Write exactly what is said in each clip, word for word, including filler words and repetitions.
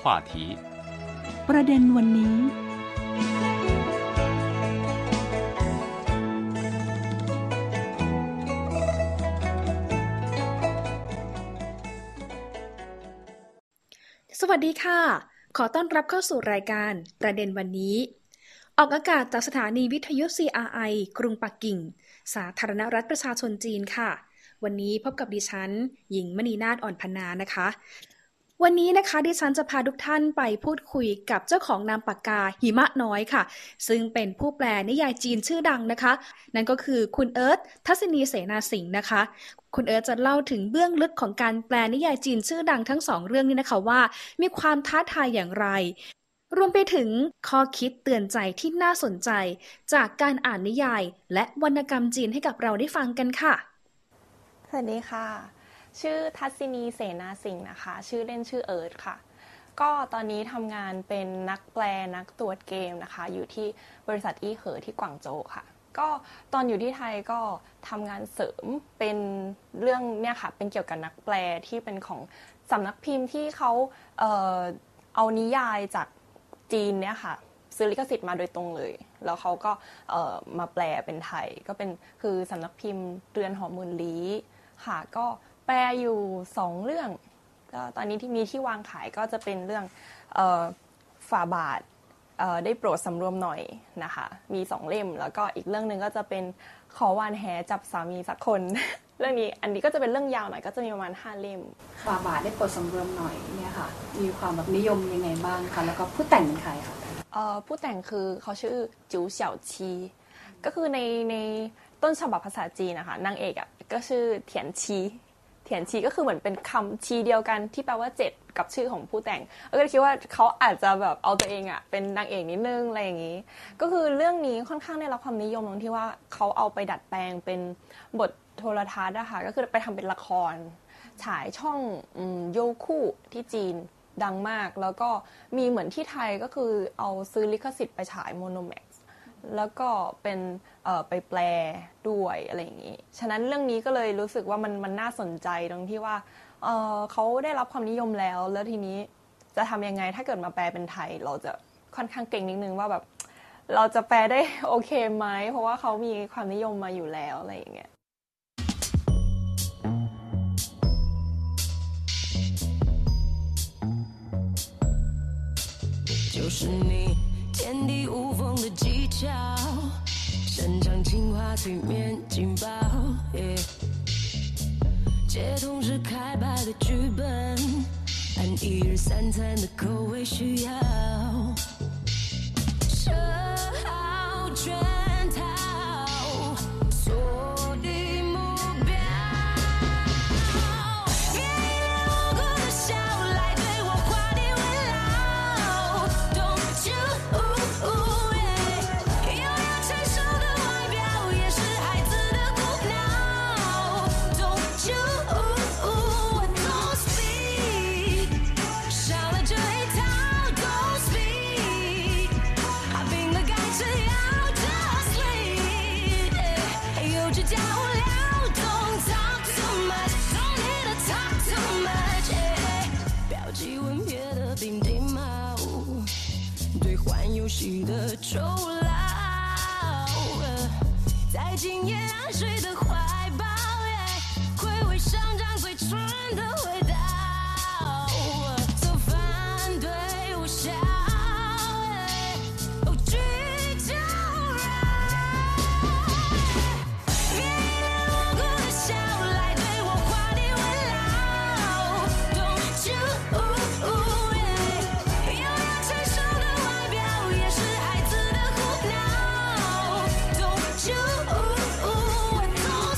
话题ประเด็นวันนี้สวัสดีค่ะขอต้อนรับเข้าสู่รายการประเด็นวันนี้ออกอากาศจากสถานีวิทยุ ซี อาร์ ไอ กรุงปักกิ่งสาธารณรัฐประชาชนจีนค่ะวันนี้พบกับดิฉันหญิงมณีนาฏอ่อนพนานะคะวันนี้นะคะดิฉันจะพาทุกท่านไปพูดคุยกับเจ้าของนามปากกาหิมะน้อยค่ะซึ่งเป็นผู้แปลนิยายจีนชื่อดังนะคะนั่นก็คือคุณเอิร์ธทัศนีเสนาสิงห์นะคะคุณเอิร์ธจะเล่าถึงเบื้องลึกของการแปลนิยายจีนชื่อดังทั้งสองเรื่องนี้นะคะว่ามีความท้าทายอย่างไรรวมไปถึงข้อคิดเตือนใจที่น่าสนใจจากการอ่านนิยายและวรรณกรรมจีนให้กับเราได้ฟังกันค่ะสวัสดีค่ะชื่อทัศนีเสนาสิงห์นะคะชื่อเล่นชื่อเอิร์ธค่ะก็ตอนนี้ทำงานเป็นนักแปลนักตรวจเกมนะคะอยู่ที่บริษัทอี้เหอที่กวางโจวค่ะก็ตอนอยู่ที่ไทยก็ทำงานเสริมเป็นเรื่องเนี่ยค่ะเป็นเกี่ยวกับนักแปลที่เป็นของสำนักพิมพ์ที่เขาเอ่อเอานิยายจากจีนเนี่ยค่ะซื้อลิขสิทธิ์มาโดยตรงเลยแล้วเขาก็เอ่อมาแปลเป็นไทยก็เป็นคือสำนักพิมพ์เรือนหอหมื่นลี้ค่ะก็แปลอยู่สองเรื่องก็ตอนนี้ที่มีที่วางขายก็จะเป็นเรื่องเอ่อฝ่าบาทเอ่อได้โปรดสำรวมหน่อยนะคะมีสองเล่มแล้วก็อีกเรื่องนึงก็จะเป็นขอวานแหจับสามีสักคน เรื่องนี้อันนี้ก็จะเป็นเรื่องยาวหน่อยก็จะมีประมาณห้าเล่มฝ่าบาทได้โปรดสำรวมหน่อยเนี่ยค่ะมีความแบบนิยมยังไงบ้างคะแล้วก็ผู้แต่งเป็นใครคะเอ่อผู้แต่งคือเขาชื่อจิ๋วเสี่ยวชีก็คือในในต้นฉบับภาษาจีนนะคะนางเอกอ่ะก็ชื่อเถียนชีเถียนชีก็คือเหมือนเป็นคำชีเดียวกันที่แปลว่าเจ็ดกับชื่อของผู้แต่งเออก็คิดว่าเขาอาจจะแบบเอาตัวเองอ่ะเป็นนางเอกนิดนึงอะไรอย่างนี้ก็คือเรื่องนี้ค่อนข้างได้รับความนิยมตรงที่ว่าเขาเอาไปดัดแปลงเป็นบทโทรทัศน์นะคะก็คือไปทำเป็นละครฉายช่องโยคู่ที่จีนดังมากแล้วก็มีเหมือนที่ไทยก็คือเอาซื้อลิขสิทธิ์ไปฉายโมโนแม็กซ์แล้วก็เป็นเอ่อไปแปลด้วยอะไรอย่างนี้ฉะนั้นเรื่องนี้ก็เลยรู้สึกว่ามันมันน่าสนใจตรงที่ว่าเอ่อเขาได้รับความนิยมแล้วแล้วทีนี้จะทำยังไงถ้าเกิดมาแปลเป็นไทยเราจะค่อนข้างเก่งนิดนึงว่าแบบเราจะแปลได้โอเคไหมเพราะว่าเขามีความนิยมมาอยู่แล้วอะไรอย่างเงี้ย就是你天地无缝的技巧，擅长情话催眠劲爆，接同时开拍的剧本，按一日三餐的口味需要，设好圈套，锁定目标，别一脸无辜的笑来对我画地为牢 Don't you 又要成熟的外表也是孩子的苦恼 Don't you Don't speak 少了这一套 Don't speak 他病了该吃药 Just sleep 幼稚加无聊 Don't talk too much Don't need to talk too much 标记吻别的顶顶帽兑换游戏的酬劳在今夜安睡的怀抱暌违上张嘴唇的味道做反对无效拒就扰别一脸无辜的笑来对我画地为牢 Don't you 又要成熟的外表也是孩子的胡闹 Don't you Don't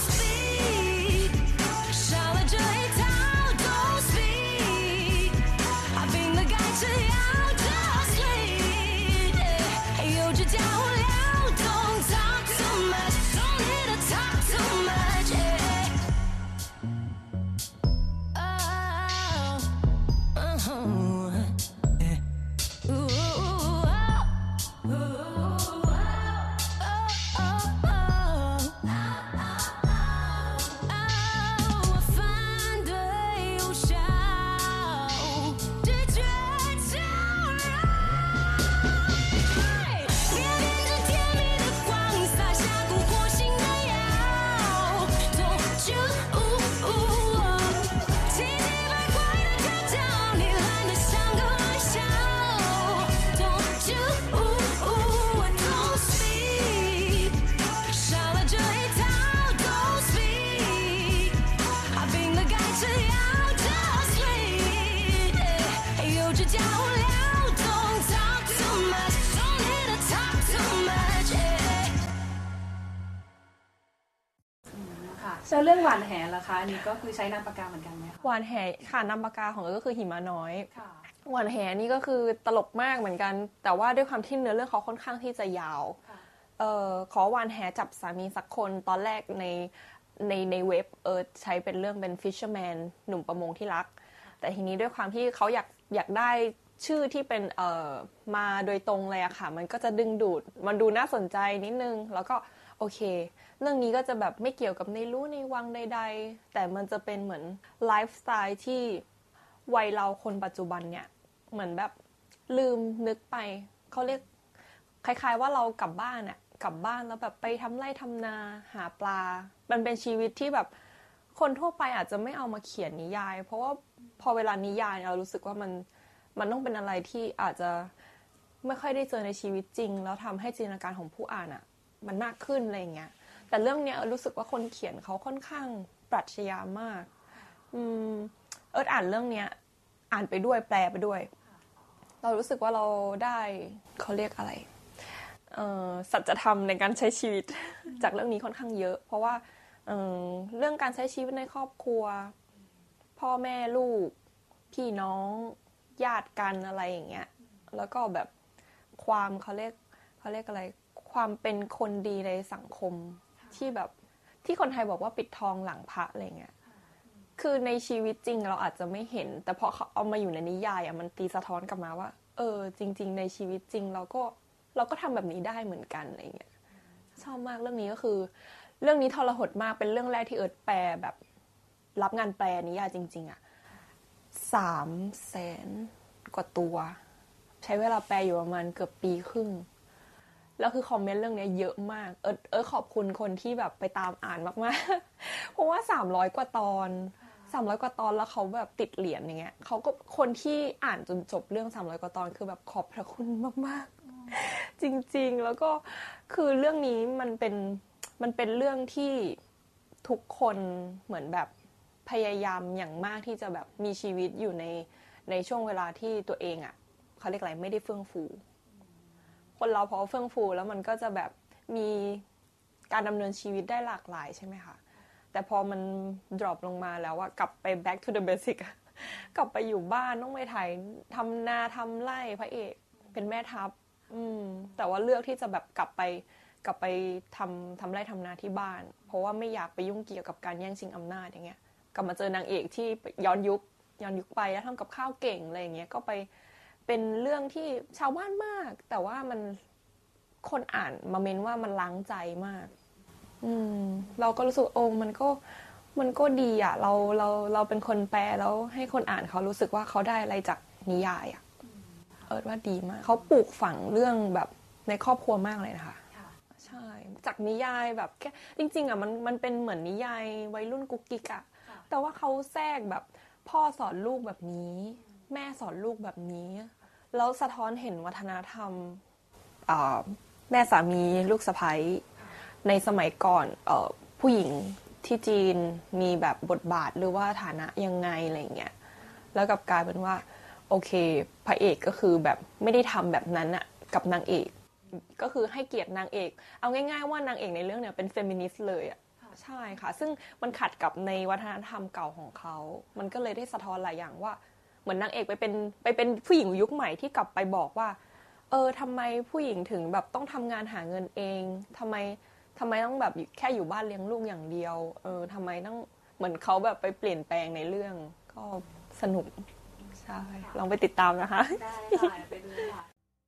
แล้วเรื่องหวานแหล่ะคะอันนี้ก็คือใช้นามปากกาเหมือนกันไหมคะหวานแหค่ะนามปากกาของเอิร์ธก็คือหิมะน้อยค่ะหวานแหนี่ก็คือตลกมากเหมือนกัน แต่ว่าด้วยความที่เนื้อเรื่องเขาค่อนข้างที่จะยาวเอ่อขอหวานแหจับสามีสักคนตอนแรกในในในเว็บเอิร์ธใช้เป็นเรื่องเป็น fisherman หนุ่มประมงที่รักแต่ทีนี้ด้วยความที่เขาอยากอยากได้ชื่อที่เป็นเอ่อมาโดยตรงเลยอะค่ะมันก็จะดึงดูดมันดูน่าสนใจนิดนึงแล้วก็โอเคเรื่องนี้ก็จะแบบไม่เกี่ยวกับในรู้ในวังใดๆแต่มันจะเป็นเหมือนไลฟ์สไตล์ที่วัยเราคนปัจจุบันเนี่ยเหมือนแบบลืมนึกไปเขาเรียกคล้ายๆว่าเรากลับบ้านอะกลับบ้านแล้วแบบไปทำไร่ทำนาหาปลามันเป็นชีวิตที่แบบคนทั่วไปอาจจะไม่เอามาเขียนนิยายเพราะว่าพอเวลานิยายเรารู้สึกว่ามันมันต้องเป็นอะไรที่อาจจะไม่ค่อยได้เจอในชีวิตจริงแล้วทำให้จินตนาการของผู้อ่านอะมันมากขึ้นอะไรอย่างเงี้ยแต่เรื่องเนี้ยรู้สึกว่าคนเขียนเขาค่อนข้างปรัชญามากอืมเอิร์ธอ่านเรื่องเนี้ยอ่านไปด้วยแปลไปด้วยเรารู้สึกว่าเราได้เขาเรียกอะไรเอ่อสัจธรรมในการใช้ชีวิต จากเรื่องนี้ค่อนข้างเยอะเพราะว่าเอ่อเรื่องการใช้ชีวิตในครอบครัวพ่อแม่ลูกพี่น้องญาติกันอะไรอย่างเงี้ยแล้วก็แบบความเขาเรียกเขาเรียกอะไรความเป็นคนดีในสังคมที่แบบที่คนไทยบอกว่าปิดทองหลังพระอะไรเงี้ยคือในชีวิตจริงเราอาจจะไม่เห็นแต่พอเขาเอามาอยู่ในนิยายอ่ะมันตีสะท้อนกลับมาว่าเออจริงๆในชีวิตจริงเราก็เราก็ทำแบบนี้ได้เหมือนกันอะไรเงี้ยชอบมากเรื่องนี้ก็คือเรื่องนี้ทรหดมากเป็นเรื่องแรกที่เอิร์ธแปลแบบรับงานแปลนิยายจริงๆอ่ะสามแสนกว่าตัวใช้เวลาแปลอยู่ประมาณเกือบปีครึ่งแล้วคือคอมเมนต์เรื่องนี้เยอะมากเออเออขอบคุณคนที่แบบไปตามอ่านมากๆเพราะว่าสามร้อยกว่าตอนสามร้อยกว่าตอนแล้วเขาแบบติดเหรียญอย่างเงี้ยเขาก็คนที่อ่านจนจบเรื่องสามร้อยกว่าตอนคือแบบขอบพระคุณมากๆจริงๆแล้วก็คือเรื่องนี้มันเป็นมันเป็นเรื่องที่ทุกคนเหมือนแบบพยายามอย่างมากที่จะแบบมีชีวิตอยู่ในในช่วงเวลาที่ตัวเองอ่ะเขาเรียกอะไรไม่ได้เฟื่องฟูคนเราพอเฟื่องฟูแล้วมันก็จะแบบมีการดำเนินชีวิตได้หลากหลายใช่ไหมคะแต่พอมัน drop ลงมาแล้วอะกลับไป back to the basic กลับไปอยู่บ้านต้องไปถ่ายทำนาทำไร่พระเอกเป็นแม่ทัพอืมแต่ว่าเลือกที่จะแบบกลับไปกลับไปทำทำไร่ทำนาที่บ้านเพราะว่าไม่อยากไปยุ่งเกี่ยวกับการแย่งชิงอำนาจอย่างเงี้ยกลับมาเจอนางเอกที่ย้อนยุคย้อนยุคไปแล้วทำกับข้าวเก่งอะไรอย่างเงี้ยก็ไปเป็นเรื่องที่ชาวบ้านมากแต่ว่ามันคนอ่านมาเมนว่ามันล้างใจมากอืมเราก็รู้สึกโอ้มันก็มันก็ดีอ่ะเราเราเราเป็นคนแปลแล้วให้คนอ่านเขารู้สึกว่าเขาได้อะไรจากนิยายอ่ะเอิร์ธว่าดีมากเขาปลูกฝังเรื่องแบบในครอบครัวมากเลยนะคะใช่จากนิยายแบบแค่จริงๆอ่ะมันมันเป็นเหมือนนิยายวัยรุ่นกุ๊กกิ๊กอ่ะแต่ว่าเขาแทรกแบบพ่อสอนลูกแบบนี้แม่สอนลูกแบบนี้แล้วสะท้อนเห็นวัฒนธรรมแม่สามีลูกสะใภ้ในสมัยก่อนเอ่อผู้หญิงที่จีนมีแบบบทบาทหรือว่าฐานะยังไงอะไรเงี้ยแล้วกลับกลายเป็นว่าโอเคพระเอกก็คือแบบไม่ได้ทำแบบนั้นอะกับนางเอกก็คือให้เกียรตินางเอกเอาง่ายๆว่านางเอกในเรื่องเนี่ยเป็นเฟมินิสต์เลยอะใช่ค่ะซึ่งมันขัดกับในวัฒนธรรมเก่าของเขามันก็เลยได้สะท้อนหลายอย่างว่าเหมือนนางเอกไปเป็นไปเป็นผู้หญิงยุคใหม่ที่กลับไปบอกว่าเออทำไมผู้หญิงถึงแบบต้องทำงานหาเงินเองทำไมทำไมต้องแบบแค่อยู่บ้านเลี้ยงลูกอย่างเดียวเออทำไมต้องเหมือนเขาแบบไปเปลี่ยนแปลงในเรื่องก็สนุกใช่ลองไปติดตามนะคะได้ค่ะไปดูค่ะ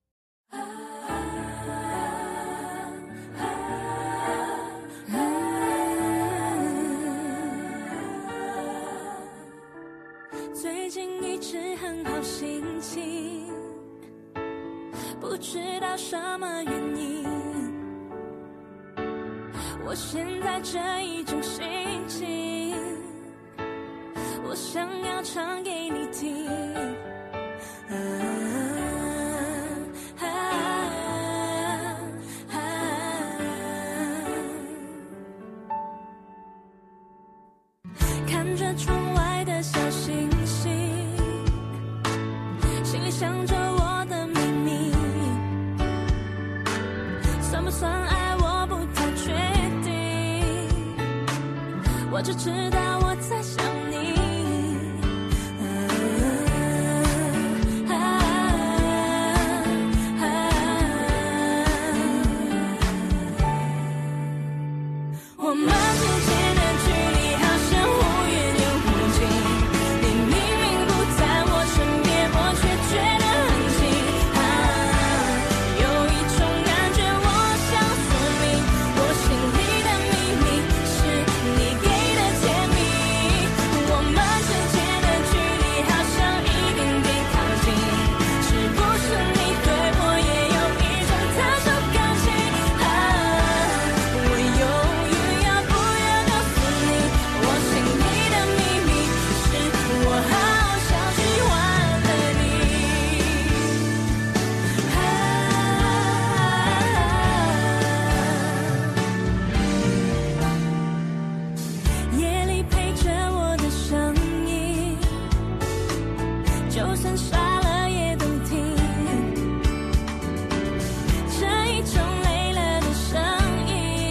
最近一直很好心情，不知道什么原因，我现在这一种心情，我想要唱给你听。啊啊啊看着窗外的小星星，心里想着我的秘密，算不算爱我不太确定，我我只知道我在想你。我们之间的距离好像忽远又忽近，你明明不在我身边，我却觉得很近。啊，有一种感觉我想说明，我心里的秘密是你给的甜蜜。我们之间的距离好像一点点靠近，是不是你对我也有一种特殊感情？啊，我犹豫要不要告诉你，我心里的秘密是我好像喜欢了你。啊，夜里陪着我的声音，就算傻了也都听，这一种累了的声音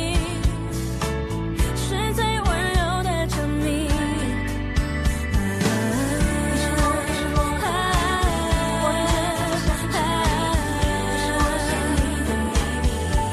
是最温柔的证明。你是我，你是我，我一直在想着你，你是我心里的秘密。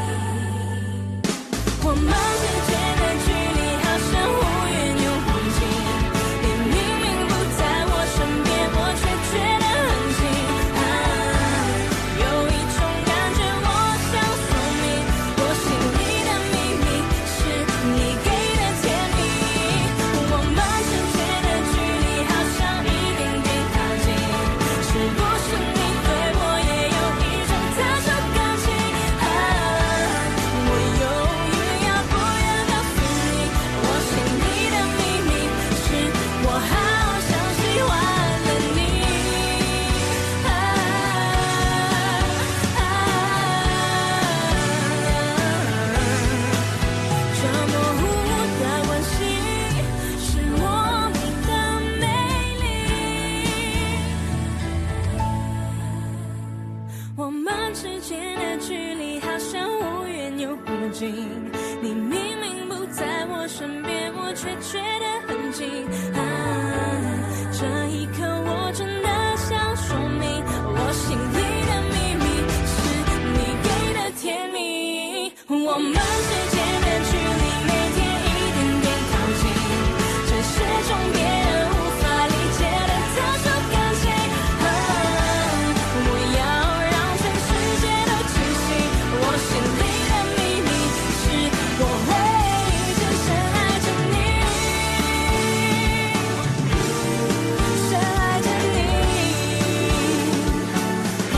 我们之间的距离好像忽远又忽近，你明明不在我身边，我却觉得很近。啊，有一种感觉我想说明，我心里的秘密是你给的甜蜜。我们之间的距离好像一点点靠近，是不是你对我也有一种特殊感情？啊，我犹豫要不要告诉你，我心里的秘密是我好像喜欢了你。啊，这模糊的关系是莫名的美丽。我们之间的距离好像忽远又忽近，你明明不在我身边，我却觉得很近。啊，这一刻我真的想说明，我心里的秘密是你给的甜蜜。我们之间的距离每天一点点靠近，这是种别人无法理解的特殊感情。啊，我要让全世界都清醒，我心里的秘密是我会一直深爱着你，深爱着你。哦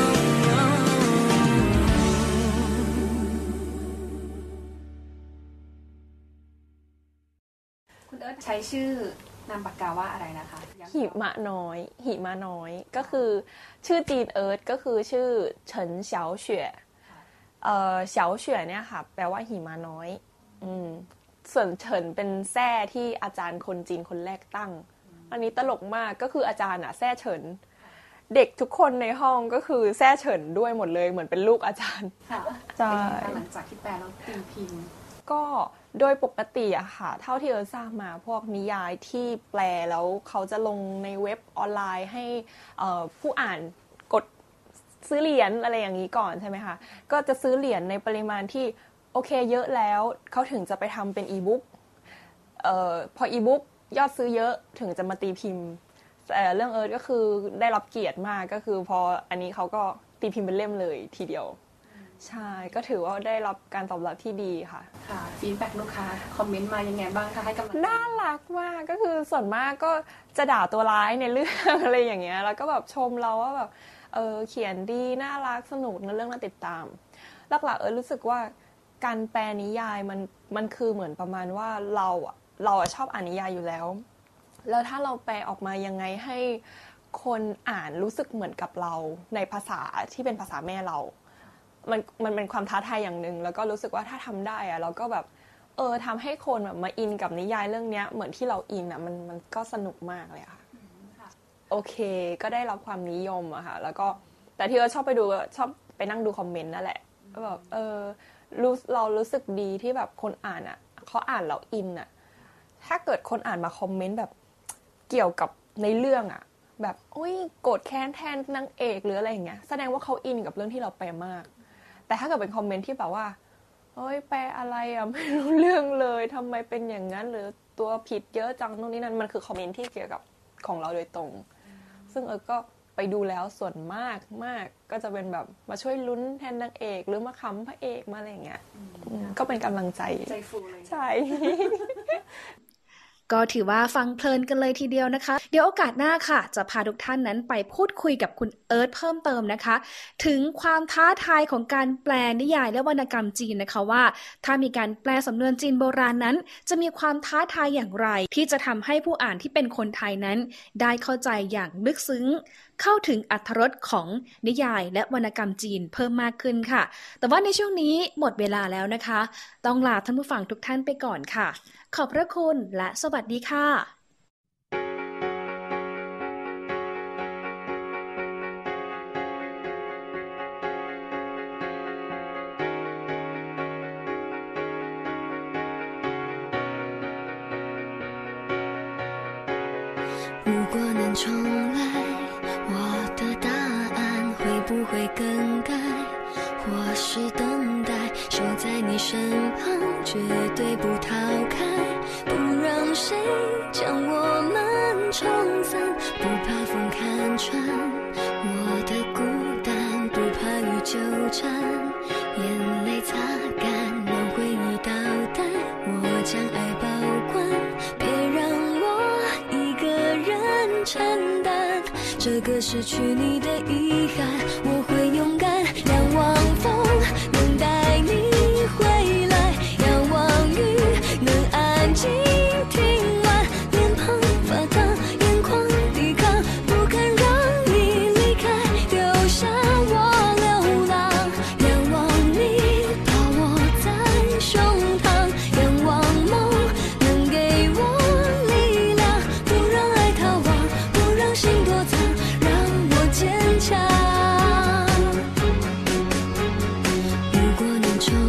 คุณเอิร์ธใช้ชื่อนามปากกาว่าอะไรนะคะยังหิมะน้อยหิมะน้อยก็คือชื่อจีนเอิร์ธก็คือชื่อเฉินเฉาเฉวยเอ่อเฉาเฉวยเนี่ยค่ะแปลว่าหิมะน้อยอืมส่วนเฉินเป็นแซ่ที่อาจารย์คนจีนคนแรกตั้งอันนี้ตลกมากก็คืออาจารย์อะแซ่เฉินเด็กทุกคนในห้องก็คือแซ่เฉินด้วยหมดเลยเหมือนเป็นลูกอาจารย์ค่ะใช่เป็นยังไงคะหลังจากที่แปลแล้วตีพิมพ์ก็โดยปกติอะค่ะเท่าที่เอิร์ธทราบมาพวกนิยายที่แปลแล้วเขาจะลงในเว็บออนไลน์ให้เอ่อผู้อ่านกดซื้อเหรียญอะไรอย่างนี้ก่อนใช่ไหมคะก็จะซื้อเหรียญในปริมาณที่โอเคเยอะแล้วเขาถึงจะไปทำเป็นอีบุ๊กเอ่อพออีบุ๊กยอดซื้อเยอะถึงจะมาตีพิมพ์แต่เรื่องเอิร์ธก็คือได้รับเกียรติมากก็คือพออันนี้เขาก็ตีพิมพ์เป็นเล่มเลยทีเดียวใช่ก็ถือว่าได้รับการตอบรับที่ดีค่ะค่ะฟีดแบ็กลูกค้าคอมเมนต์มายังไงบ้างคะให้กำลังใจน่ารักมากก็คือส่วนมากก็จะด่าตัวร้ายในเรื่อง อะไรอย่างเงี้ยแล้วก็แบบชมเราว่าแบบเออเขียนดีน่ารักสนุกในเรื่องน่าติดตามหลักๆเออรู้สึกว่าการแปลนิยายมันมันคือเหมือนประมาณว่าเราอะเราอะชอบอ่านนิยายอยู่แล้วแล้วถ้าเราแปลออกมายังไงให้คนอ่านรู้สึกเหมือนกับเราในภาษาที่เป็นภาษาแม่เรามันมันเป็นความท้าทายอย่างนึงแล้วก็รู้สึกว่าถ้าทำได้อะเราก็แบบเออทำให้คนแบบมาอินกับนิยายเรื่องนี้เหมือนที่เราอินอะมันมันก็สนุกมากเลยค่ะโอเคก็ได้รับความนิยมอะค่ะแล้วก็แต่ที่เราชอบไปดูชอบไปนั่งดูคอมเมนต์นั่นแหละแบบเออรู้เรารู้สึกดีที่แบบคนอ่านอะเขาอ่านแล้วอินอะถ้าเกิดคนอ่านมาคอมเมนต์แบบเกี่ยวกับในเรื่องอะแบบโอ้ยโกรธแค้นแทนนางเอกหรืออะไรอย่างเงี้ยแสดงว่าเขาอินกับเรื่องที่เราแปลมากแต่ถ้าเกิดเป็นคอมเมนต์ที่แบบว่าโอ้ยแปลอะไรอะไม่รู้เรื่องเลยทำไมเป็นอย่างนั้นหรือตัวผิดเยอะจังตรงนี้นั่นมันคือคอมเมนต์ที่เกี่ยวกับของเราโดยตรงซึ่งเออก็ไปดูแล้วส่วนมากมากก็จะเป็นแบบมาช่วยลุ้นแทนนางเอกหรือมาค้ำพระเอกมาอะไรอย่างเงี้ยก็เป็นกำลังใจใจฟูเลยใช่ก็ถือว่าฟังเพลินกันเลยทีเดียวนะคะเดี๋ยวโอกาสหน้าค่ะจะพาทุกท่านนั้นไปพูดคุยกับคุณเอิร์ธเพิ่มเติมนะคะถึงความท้าทายของการแปลนิยายและวรรณกรรมจีนนะคะว่าถ้ามีการแปลสำนวนจีนโบราณนั้นจะมีความท้าทายอย่างไรที่จะทำให้ผู้อ่านที่เป็นคนไทยนั้นได้เข้าใจอย่างลึกซึ้งเข้าถึงอรรถรสของนิยายและวรรณกรรมจีนเพิ่มมากขึ้นค่ะแต่ว่าในช่วงนี้หมดเวลาแล้วนะคะต้องลาท่านผู้ฟังทุกท่านไปก่อนค่ะขอบพระคุณและสวัสดีค่ะ如果能重来，我的答案会不会更改？或是等待，守在你身旁，绝对不逃开，不让谁将我们冲散，不怕风看穿我的孤单，不怕雨纠缠，眼泪擦干，让回忆倒带，我将爱保管，别让我一个人承担这个失去你的遗憾，我会勇敢仰望风能带你回来，仰望雨能安静听完，脸庞发烫，眼眶抵抗，不肯让你离开，丢下我流浪，仰望你抱我在胸膛，仰望梦能给我力量，不让爱逃亡，不让心躲藏，让我坚强。如果能重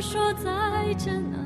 说再见啊。